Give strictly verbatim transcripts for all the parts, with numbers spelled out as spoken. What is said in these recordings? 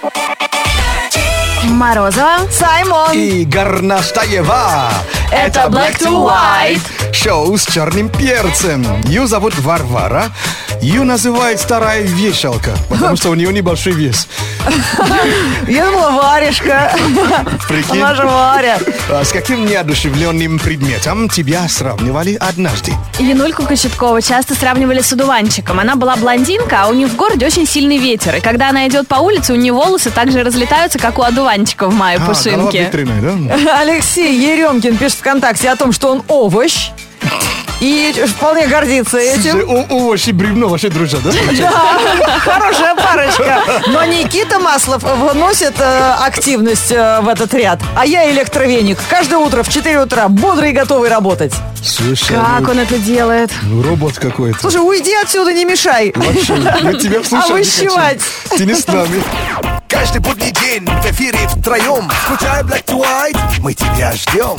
Морозова, Саймон и Горнаштаева. Это Black to White. Шоу с черным перцем. Ее зовут Варвара. Ее называют старая вешалка, потому что у нее небольшой вес. Я думала, Варежка. Прикинь. Она же Варя. А с каким неодушевленным предметом тебя сравнивали однажды? Янульку Кочеткова часто сравнивали с одуванчиком. Она была блондинка, а у нее в городе очень сильный ветер. И когда она идет по улице, у нее волосы так же разлетаются, как у одуванчика в мае А, голова пушинки. ветреная, да? Алексей Еремкин пишет ВКонтакте о том, что он овощ. И вполне гордится этим. Слушай, о- овощи и бревно вообще дружат, да? Да, хорошая парочка. Но Никита Маслов вносит э, активность э, в этот ряд. А я электровеник. Каждое утро в четыре утра бодрый и готовый работать. Слушай, Как ну, он это делает? ну, робот какой-то. Слушай, уйди отсюда, не мешай. Вообще, я тебя слушать не хочу. Овощевать. Ты не с нами. Каждый будний день в эфире втроем. Включай Black to White, мы тебя ждем.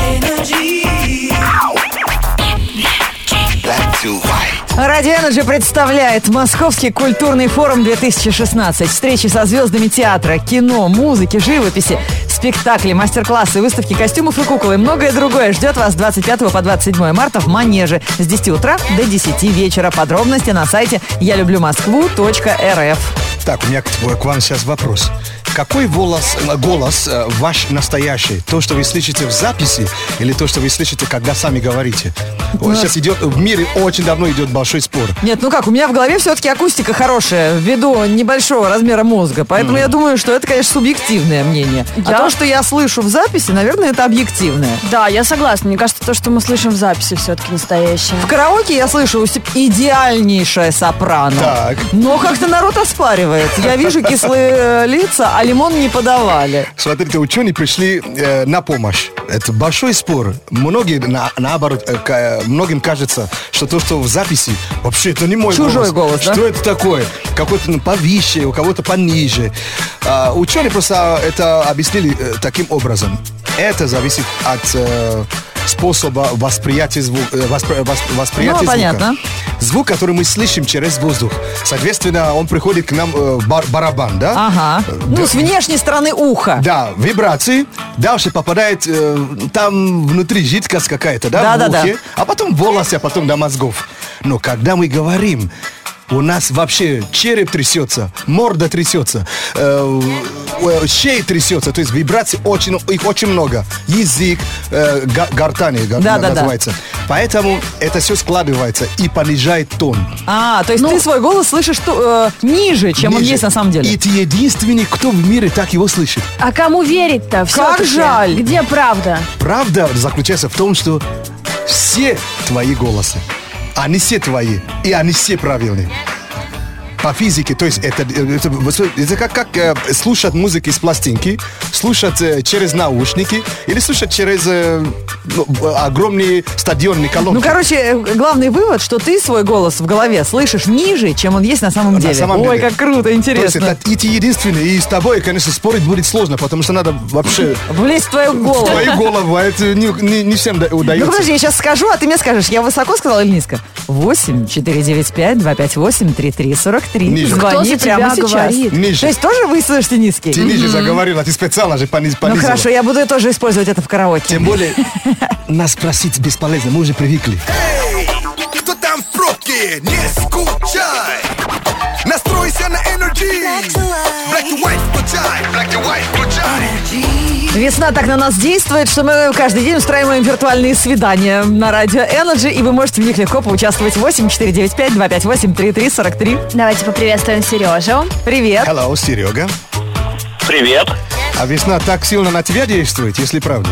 Black to White. Радио Energy представляет Московский культурный форум две тысячи шестнадцать. Встречи со звездами театра, кино, музыки, живописи, спектакли, мастер-классы, выставки костюмов и кукол и многое другое ждет вас с двадцать пятого по двадцать седьмое марта в Манеже с десяти утра до десяти вечера. Подробности на сайте я люблю москву точка эр эф. Так, у меня к, к вам сейчас вопрос. Какой волос, э, голос э, ваш настоящий? То, что вы слышите в записи, или то, что вы слышите, когда сами говорите? Вот сейчас идет, в мире очень давно идет большой спор. Нет, ну как, у меня в голове все-таки акустика хорошая, ввиду небольшого размера мозга. Поэтому mm. я думаю, что это, конечно, субъективное мнение. Я... А то, что я слышу в записи, наверное, это объективное. Да, я согласна. Мне кажется, то, что мы слышим в записи, все-таки настоящее. В караоке я слышу у себя идеальнейшая сопрано. Так. Но как-то народ оспаривает. Я вижу кислые э, лица, а лимон не подавали. Смотрите, ученые пришли э, на помощь. Это большой спор. Многие, на, наоборот, э, к, многим кажется, что то, что в записи, вообще это не мой Чужой голос, да? Что это такое? Какой-то ну, повыше, у кого-то пониже. А, ученые просто это объяснили э, таким образом. Это зависит от э, способа восприятия, звук, э, воспри, восприятия ну, звука. понятно. Звук, который мы слышим через воздух. Соответственно, он приходит к нам э, бар, барабан, да? Ага. Ну, с внешней стороны уха. Да, вибрации. Дальше попадает э, там внутри жидкость какая-то, да, Да, в да, ухе. да. А потом волосы, а потом до мозгов. Но когда мы говорим, у нас вообще череп трясется, морда трясется, э, э, шея трясется. То есть вибраций очень, их очень много. Язык, э, га- гортани га- Да, да, называется. Да. Поэтому это все складывается и понижает тон. А, то есть Ну, ты свой голос слышишь э, ниже, чем он Ниже. есть на самом деле. И ты единственный, кто в мире так его слышит. А кому верить-то? Все-таки? жаль. Где правда? Правда заключается в том, что все твои голосы, они все твои, и они все правильные. По физике, то есть это, это, это как, как э, слушать музыку из пластинки, слушать э, через наушники или слушать через э, ну, огромные стадионные колонки. Ну, короче, э, главный вывод, что ты свой голос в голове слышишь ниже, чем он есть на самом На деле. самом Ой, деле. как круто, То есть интересно. это и ты единственный, и с тобой, конечно, спорить будет сложно, потому что надо вообще Влезть в твою в голову. твою голову, а это не, не- не всем да- Ну, удается. подожди, я сейчас скажу, а ты мне скажешь, я высоко сказала или низко? восемь четыре девять пять два пять восемь три три сорок три. Ниже. Кто Звони за тебя прямо сейчас. говорит? Ниже. То есть тоже вы слышите низкий? Ты ниже заговорила, ты специально же пониз, Ну понизила. хорошо, я буду тоже использовать это в караоке. Тем более, нас просить бесполезно, мы уже привыкли. Эй, кто там в пробке? Не скучай. Настройся на Energy. Black to White включай. Black to White включай. Весна так на нас действует, что мы каждый день устраиваем виртуальные свидания на радио Energy, и вы можете в них легко поучаствовать. восемь четыре девять пять два пять восемь три три сорок три. Давайте поприветствуем Сережу. Привет. Hello, Серега. Привет. А весна так сильно на тебя действует, если правда?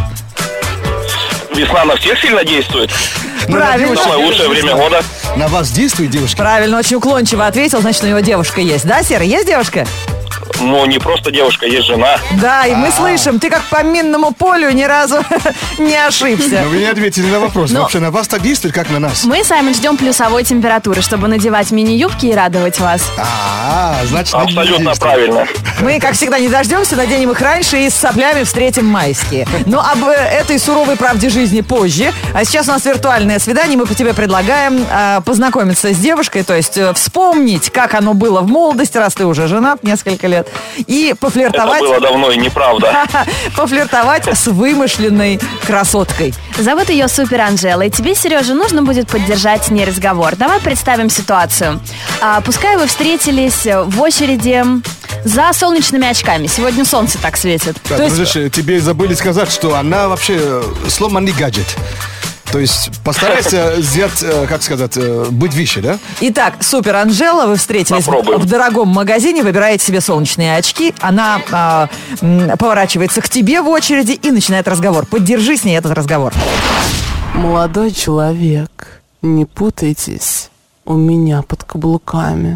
Весна на всех сильно действует. Ну, на Правильно. девушек- Самое лучшее время года. На вас действует, девушка? Правильно, очень уклончиво ответил, значит, у него девушка есть. Да, Сера, есть девушка? Ну, не просто девушка, есть жена. Да, и мы слышим, ты как по минному полю ни разу не ошибся. Но вы не ответили на вопрос. Но- Вообще на вас так действует, как на нас? Мы, Саймон, ждем плюсовой температуры, чтобы надевать мини-юбки и радовать вас. А, значит, не Абсолютно действует. правильно. Мы, как всегда, не дождемся, наденем их раньше и с соплями встретим майские. Но об э, этой суровой правде жизни позже. А сейчас у нас виртуальное свидание. Мы по тебе предлагаем э, познакомиться с девушкой, то есть э, вспомнить, как оно было в молодости, раз ты уже женат несколько лет. и Это пофлиртовать... было давно и неправда. Пофлиртовать с вымышленной красоткой. Зовут ее Супер Анжела, и тебе, Сережа, нужно будет поддержать с ней разговор. Давай представим ситуацию. А, пускай вы встретились в очереди за солнечными очками. Сегодня солнце так светит. Да, То есть- дружище, тебе забыли сказать, что она вообще э, сломанный гаджет. То есть постарайся сделать, э, как сказать, э, быть выше, да? Итак, Супер Анжела, вы встретились Попробуем. в дорогом магазине, выбираете себе солнечные очки, она а, м, поворачивается к тебе в очереди и начинает разговор. Поддержи с ней этот разговор. Молодой человек, не путайтесь у меня под каблуками.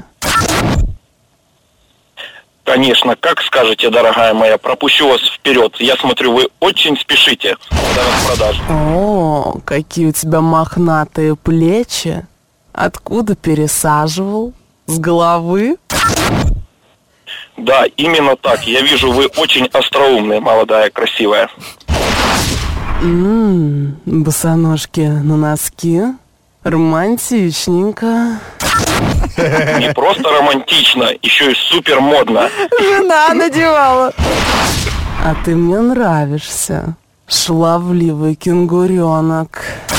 Конечно, как скажете, дорогая моя, пропущу вас вперед. Я смотрю, вы очень спешите до распродажи. О, какие у тебя мохнатые плечи. Откуда пересаживал? С головы? Да, именно так. Я вижу, вы очень остроумная, молодая, красивая. Ммм, босоножки на носки. Романтичненько. Не просто романтично, еще и супер модно. Жена надевала. А ты мне нравишься, шаловливый кенгуренок.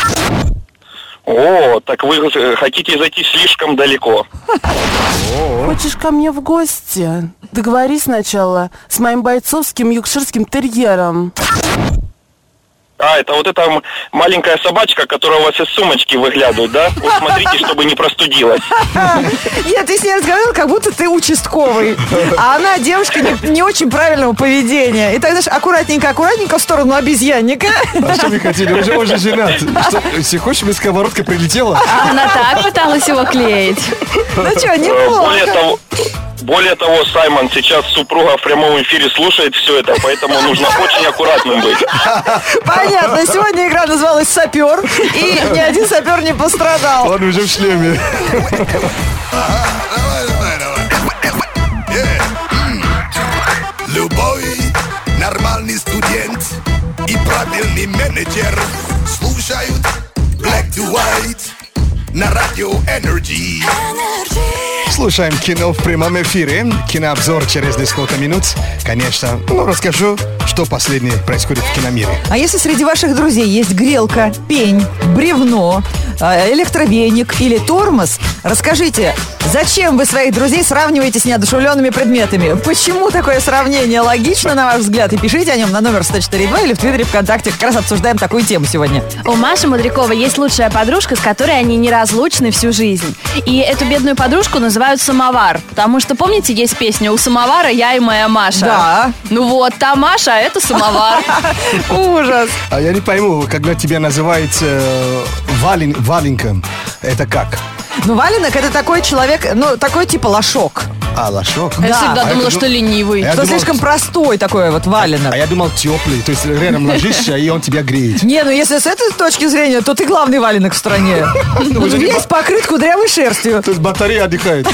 О, так вы э, хотите зайти слишком далеко. Хочешь ко мне в гости? Договорись сначала с моим бойцовским юкширским терьером. А, это вот эта м- маленькая собачка, которая у вас из сумочки выглядывает, да? Вот смотрите, чтобы не простудилась. Нет, ты с ней разговаривал, как будто ты участковый. А она девушка не, не очень правильного поведения. И тогда же аккуратненько-аккуратненько в сторону обезьянника. А что вы хотели? Он же, он же женат. Что, если хочешь, бы сковородка прилетела? Она так пыталась его клеить. Ну что, Э, Более неплохо. того, более того, Саймон, сейчас супруга в прямом эфире слушает все это, поэтому нужно очень аккуратным быть. Понятно, сегодня игра называлась «Сапер», и ни один сапер не пострадал. Он уже в шлеме. Давай, давай, давай. Yeah. М. Любой нормальный студент и правильный менеджер слушают Black to White на радио Energy. Слушаем кино в прямом эфире. Кинообзор через несколько минут. Конечно, ну, расскажу, что последнее происходит в киномире. А если среди ваших друзей есть грелка, пень, бревно, э, электровеник или тормоз, расскажите, зачем вы своих друзей сравниваете с неодушевленными предметами? Почему такое сравнение логично, на ваш взгляд? И пишите о нем на номер сто четыре два или в Твиттере, ВКонтакте. Как раз обсуждаем такую тему сегодня. У Маши Мудряковой есть лучшая подружка, с которой они неразлучны всю жизнь. И эту бедную подружку называют «Самовар». Потому что, помните, есть песня «У самовара я и моя Маша». Да. Ну вот, та Маша, а это самовар. Ужас. А я не пойму, когда тебя называют э, вален, валенком, это как? Ну, валенок это такой человек, ну, такой типа лошок. А, лошок? Я Да. всегда А думала, это, что ну, ленивый. Я Что думал, слишком простой такой вот валенок. А я думал теплый, то есть рядом ложишься, и он тебя греет. Не, ну если с этой точки зрения, то ты главный валенок в стране. Вот весь покрыт кудрявой шерстью. То есть батарея отдыхает.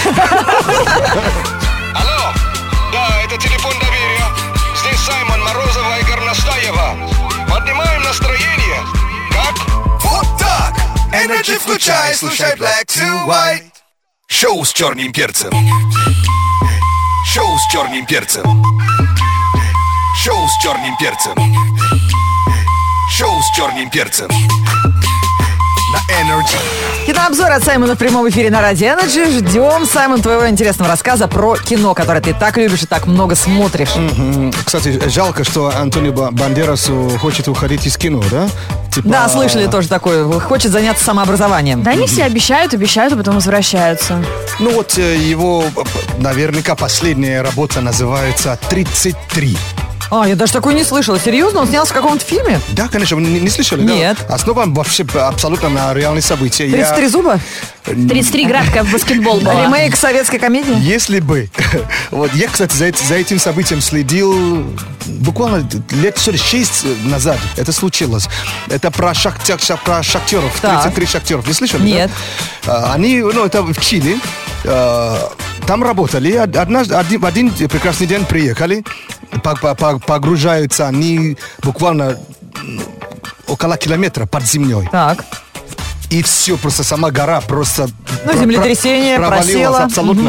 Алло, да, это телефон доверия. Здесь Саймон, Морозова и Горностаева. Поднимаем настроение. Как? Вот так! Energy включай, слушай Black to White. Шоу с черным перцем. Шоу с черным перцем. Шоу с черным перцем. Шоу с черным перцем. На Energy. Кинообзор от Саймона в прямом эфире на Радио Energy. Ждем, Саймон, твоего интересного рассказа про кино, которое ты так любишь и так много смотришь. Кстати, жалко, что Антонио Ба- Бандерасу хочет уходить из кино, да? Типа, Да, слышали тоже такое. Хочет заняться самообразованием. Да они все обещают, обещают, а потом возвращаются. Ну вот э, его, э, наверняка, последняя работа называется «тридцать три». А, я даже такое не слышала. Серьезно? Он снялся в каком-то фильме? Да, конечно, вы не, не слышали? Нет. Да? Основан вообще абсолютно на реальных событиях. Я- тридцать три зуба? тридцать три градка в баскетбол была. Ремейк советской комедии? Если бы. Вот я, кстати, за, эти- за этим событием следил буквально лет шесть назад. Это случилось. Это про, шахтер, ша- про шахтеров. Так. тридцать три шахтеров. Не слышали? Нет. Да? А, Они, ну, это в Чили. А, Там работали. Однажды, один, в один прекрасный день приехали. По- по- по- Погружаются они буквально около километра под землей. Так. И все, просто сама гора просто... Ну, про- землетрясение, про- провалилась просела. абсолютно.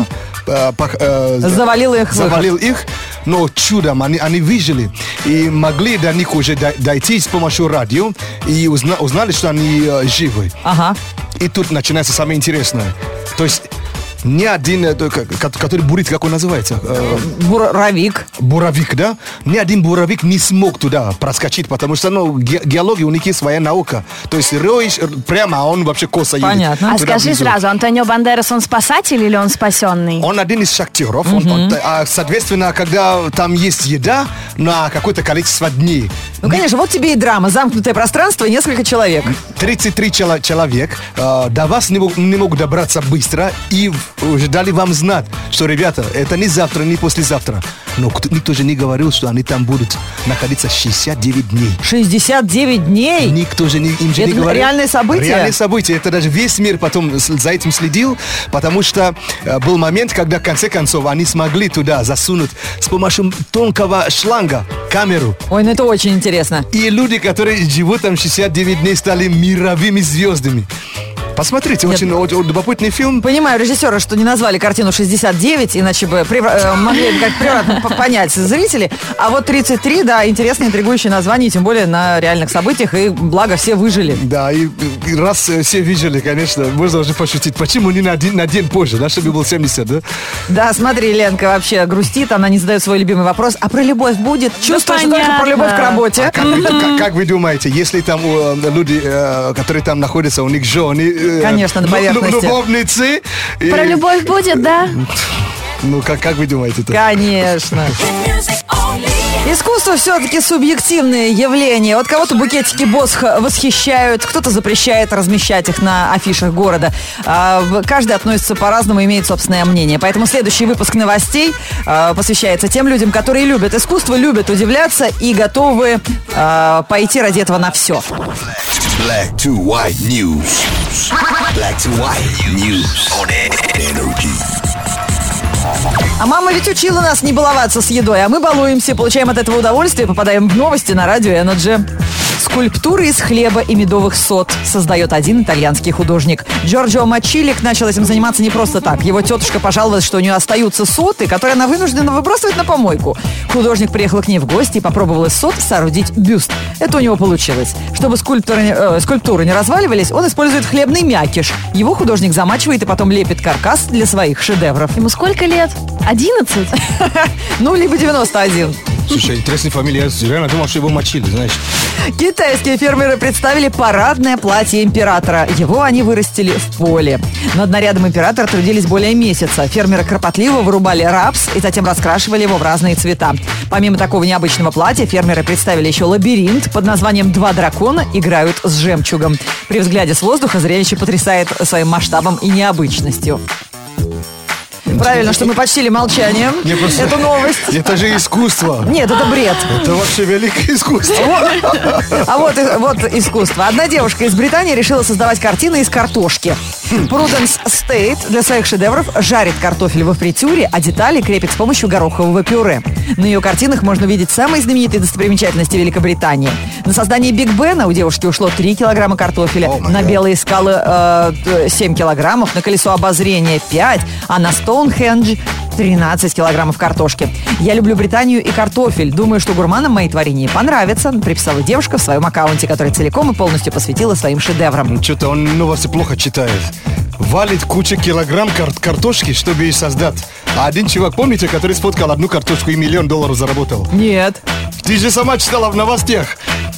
э, пох- э, Завалил их завалил их, но чудом они, они выжили и могли до них уже дой- дойти с помощью радио и узна- узнали, что они э, живы. Ага. И тут начинается самое интересное. То есть ни один, э, ко- который бурит, как он называется? Э, Буровик. Буровик, да? Ни один буровик не смог туда проскочить, потому что, ну, ге- геология у них есть своя наука. То есть роешь прямо, а он вообще косо едет. Понятно. А Туда скажи внизу. сразу, Антонио Бандерас, он спасатель или он спасенный? Он один из шахтеров. Он- он- а, соответственно, когда там есть еда на какое-то количество дней, Ну, конечно, вот тебе и драма. Замкнутое пространство и несколько человек. тридцать три чело- человек э, до вас не, мог- не могут добраться быстро и в- уже дали вам знать, что, ребята, это не завтра, не послезавтра. Но кто- никто же не говорил, что они там будут находиться шестьдесят девять дней. шестьдесят девять дней. Никто же не, им же Это не говорил. реальное событие? Реальное событие. Это даже весь мир потом с- за этим следил, потому что э, был момент, когда в конце концов они смогли туда засунуть с помощью тонкого шланга камеру. Ой, ну это очень интересно. И люди, которые живут там шестьдесят девять дней, стали мировыми звездами. Посмотрите, очень, очень любопытный фильм. Понимаю режиссера, что не назвали картину шестьдесят девять, иначе бы превра- э, могли бы как превратно п- понять зрители. А вот тридцать три, да, интересное, интригующее название, тем более на реальных событиях, и благо все выжили. Да, и, и раз э, все видели, конечно, можно уже пошутить, почему не на день, на день позже, да, чтобы был семьдесят, да? Да, смотри, Ленка вообще грустит, она не задает свой любимый вопрос. А про любовь будет? Чувствую, что только про любовь к работе. А как, вы, как- как вы думаете, если там э, люди, э, которые там находятся, у них жены, э, Конечно, на лю- лю- поверхности. любовницы, и- Про любовь будет, да? ну как, как вы думаете-то? Конечно. Искусство все-таки субъективное явление. Вот кого-то букетики Босх восхищают, кто-то запрещает размещать их на афишах города. А, в- Каждый относится по-разному, имеет собственное мнение. Поэтому следующий выпуск новостей а, посвящается тем людям, которые любят искусство, любят удивляться и готовы а, пойти ради этого на все. Black to white news. Black to white news on Energy. А мама ведь учила нас не баловаться с едой, а мы балуемся, получаем от этого удовольствие, попадаем в новости на радио Energy. Скульптуры из хлеба и медовых сот создает один итальянский художник. Джорджио Мачилик начал этим заниматься не просто так. Его тетушка пожаловалась, что у нее остаются соты, которые она вынуждена выбрасывать на помойку. Художник приехал к ней в гости и попробовал из сот соорудить бюст. Это у него получилось. Чтобы скульптуры, э, скульптуры не разваливались, он использует хлебный мякиш. Его художник замачивает и потом лепит каркас для своих шедевров. Ему сколько лет? Одиннадцать? Ну, либо девяносто один. Слушай, интересная фамилия, я реально думал, что его мочили, знаешь. Китайские фермеры представили парадное платье императора. Его они вырастили в поле. Над нарядом императора трудились более месяца. Фермеры кропотливо вырубали рапс и затем раскрашивали его в разные цвета. Помимо такого необычного платья, фермеры представили еще лабиринт под названием «Два дракона играют с жемчугом». При взгляде с воздуха зрелище потрясает своим масштабом и необычностью. Правильно, что мы почтили молчанием Мне просто- эту новость. Это же искусство. Нет, это бред. Это вообще великое искусство. А вот, и- вот искусство. Одна девушка из Британии решила создавать картины из картошки. Пруденс Стейт для своих шедевров жарит картофель во фритюре, а детали крепит с помощью горохового пюре. На ее картинах можно увидеть самые знаменитые достопримечательности Великобритании. На создание Биг Бена у девушки ушло три килограмма картофеля, О, май на гад. белые скалы э, т- семь килограммов, на колесо обозрения пять, а на Стоунхендж тринадцать килограммов картошки. Я люблю Британию и картофель. Думаю, что гурманам мои творения понравятся, приписала девушка в своем аккаунте, который целиком и полностью посвятила своим шедеврам. Что-то он новости плохо читает. Валит куча килограмм кар- картошки, чтобы ее создать. А один чувак, помните, который сфоткал одну картошку и миллион долларов заработал? Нет. Ты же сама читала в новостях.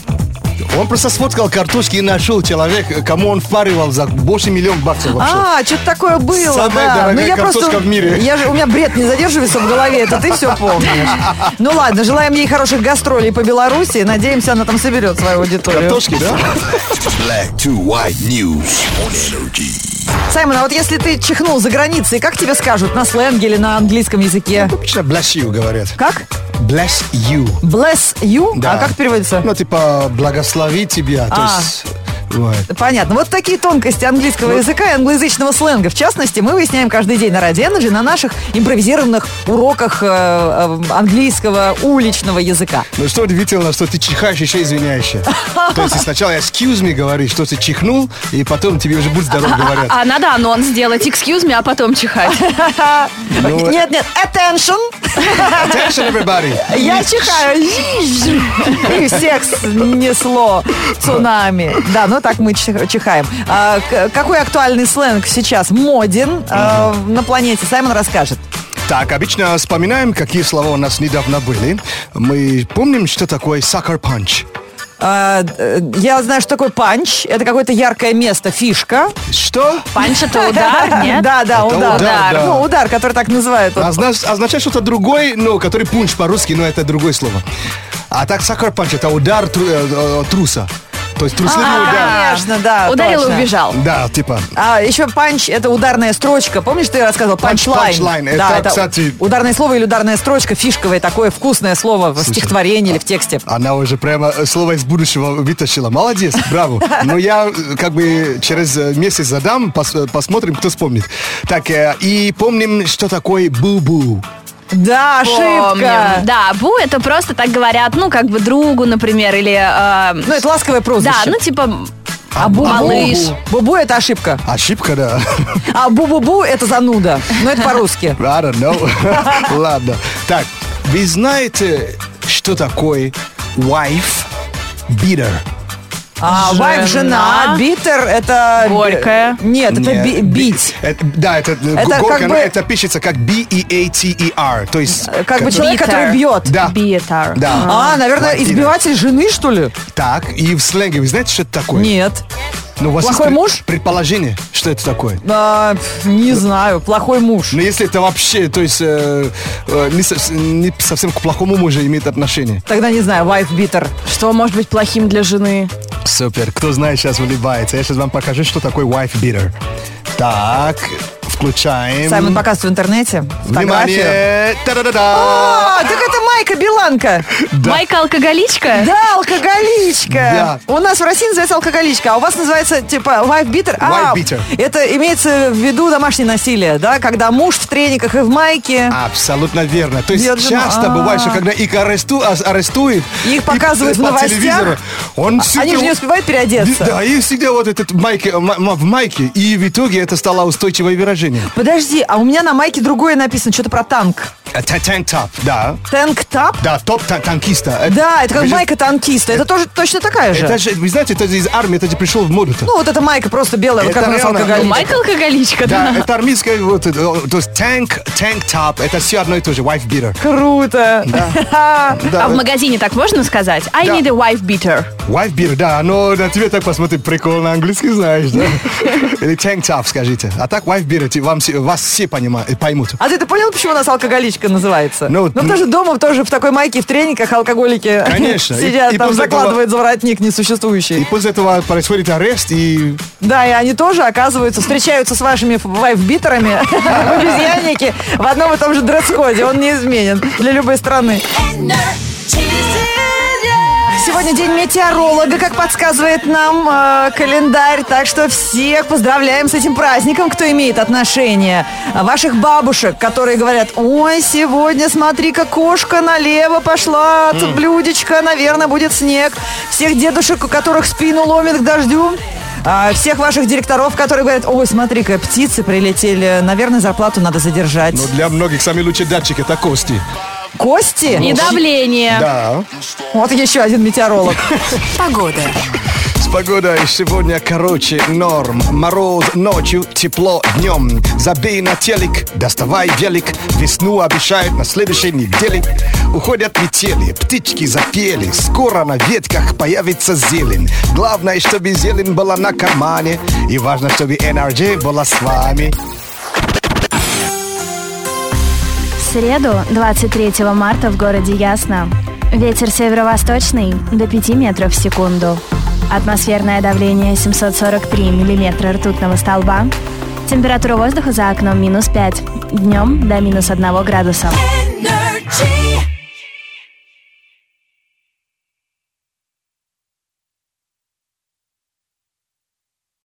Он просто сфоткал картошки и нашел человека, кому он впаривал за больше миллиона баксов вообще. А, что-то такое было, Самая да. дорогая Ну, я картошка просто, в мире. Я же, у меня бред не задерживается в голове, это ты все помнишь. Ну ладно, желаем ей хороших гастролей по Беларуси. Надеемся, она там соберет свою аудиторию. Картошки, да? Black to white news on Energy. Саймон, а вот если ты чихнул за границей, как тебе скажут? На сленге или на английском языке? Обычно bless you говорят. Как? Bless you. Bless you? Да. А как переводится? Ну, типа, благослови тебя. То А. есть, Вот. Понятно. Вот такие тонкости английского языка и англоязычного сленга. В частности, мы выясняем каждый день на Радио Energy на наших импровизированных уроках э, э, английского уличного языка. Ну что удивительно, что ты чихаешь, еще извиняешься. То есть сначала excuse me говоришь, что ты чихнул, и потом тебе уже будь здоров говорят. А надо анонс сделать, excuse me, а потом чихать. Ну, Нет, нет, attention! Attention, everybody! Я чихаю. И всех снесло цунами. Да, ну так мы чих- чихаем. А, к- какой актуальный сленг сейчас моден а, на планете? Саймон расскажет. Так, обычно вспоминаем, какие слова у нас недавно были. Мы помним, что такое sucker punch. А, э, я знаю, что такое панч. Это какое-то яркое место, фишка. Что? Панч это удар, нет? Да, да, Это удар. удар, да. Ну, удар, который так называют. Вот. Озна- означает что-то другое, ну, который пунч по-русски, но это другое слово. А так sucker punch это удар тру- э, э, труса. То есть трусливый А, удар. конечно, да. Ударил и точно. убежал. Да, типа. А еще панч — это ударная строчка. Помнишь, ты рассказывал? Панч- Панчлайн. панчлайн. Да, Это, кстати- ударное слово или ударная строчка, фишковое такое вкусное слово в стихотворении или в тексте. Она уже прямо э, слово из будущего вытащила. Молодец, браво. Но я э, как бы через э, месяц задам, пос- э, посмотрим, кто вспомнит. Так, э, и помним, что такое бу-бу. Да, ошибка. Помним. Да, бу это просто так говорят, ну, как бы другу, например, или... э, Ну, это ласковое прозвище. да, ну, типа, а бу малыш. Бубу — это ошибка. Ошибка, да. А бу-бу-бу — это зануда. Но это по-русски. I don't know. Ладно. Так, вы знаете, что такое wife beater? А вайф — жена, Жена. битер — это... Горькая. Нет, это Нет, би- бить. это- да, это, Это горка, как но бы- это пишется как би и эй ти и ар. То есть... Как бы человек, Bitter. который бьет. Да. Биетар. Да. А, наверное, Wife beater. избиватель жены, что ли? Так, и в сленге вы знаете, что это такое? Нет. Ну, у вас Плохой есть пред- муж? предположение, что это такое? А, пф, не знаю. Плохой муж. Но если это вообще, то есть э, э, не, со- не совсем к плохому мужу имеет отношение. Тогда не знаю, wife beater. Что может быть плохим для жены? Супер. Кто знает, сейчас улыбается. Я сейчас вам покажу, что такое wife beater. Так, включаем. Саймон показывает в интернете фотографию. Внимание! Та-да-да-да! А, так это Майка Биланка. Майка алкоголичка? Да, алкоголичка. Да. У нас в России называется алкоголичка, а у вас называется типа wife beater. А, Wife beater. это имеется в виду домашнее насилие, да, когда муж в трениках и в майке. Абсолютно верно. То есть Бьет жену. часто А. бывает, что когда их аресту, ас- арестуют, Их показывают и в по новостях. телевизору, он Они всегда же не вот- успевают переодеться. Да, и всегда вот этот майке, м- м- в майке, и в итоге это стало устойчивое выражение. Подожди, а у меня на майке другое написано, что-то про танк. Танк-топ, да. Танк-тап? Да, топ тан- танкиста. Это- Да, это как вы же- майка танкиста. Это тоже точно такая же. Это же, вы знаете, это из армии, это же пришло в моду-то. Ну, вот эта майка просто белая, вот Это как у нас реально, алкоголичка. Майка алкоголичка, Да, да. это армейское, вот, это, то есть танк, танк-топ, это все одно и то же, wife beater. Круто. А Да, в магазине так можно сказать? I Да. need a wife beater. wife beater, да, но на тебе так посмотри, прикольно, английский знаешь, да? Или tank-top, скажите. А так wife beater, те- вам, все- вас все понимают, поймут. А ты-то понял, почему у нас алкоголичка называется? Ну, Ну, ну- тоже дома тоже в такой майке и в трениках алкоголики Конечно. И- сидят, и там после этого- закладывают за воротник И несуществующий. после этого происходит арест, и Да, и они тоже, оказываются, встречаются с вашими вайф-битерами в обезьяннике в одном и том же дресс-коде. Он неизменен для любой страны. Сегодня день метеоролога, как подсказывает нам э, календарь. Так что всех поздравляем с этим праздником, кто имеет отношение. А ваших бабушек, которые говорят: ой, сегодня, смотри-ка, кошка налево пошла от блюдечка, наверное, будет снег. Всех дедушек, у которых спину ломит к дождю. А, всех ваших директоров, которые говорят: ой, смотри-ка, птицы прилетели, наверное, зарплату надо задержать. ну, для многих самый лучший датчик это кости. Кости? И давление. Да. Вот еще один метеоролог. Погода. С погодой сегодня короче норм. Мороз ночью, тепло днем. Забей на телек, доставай велик. Весну обещают на следующей неделе. Уходят метели, птички запели. Скоро на ветках появится зелень. Главное, чтобы зелень была на кармане. И важно, чтобы энергия была с вами. В среду, двадцать третьего марта, в городе Ясно. Ветер северо-восточный до пяти метров в секунду. Атмосферное давление семьсот сорок три миллиметра ртутного столба. Температура воздуха за окном минус пять. Днем до минус одного градуса.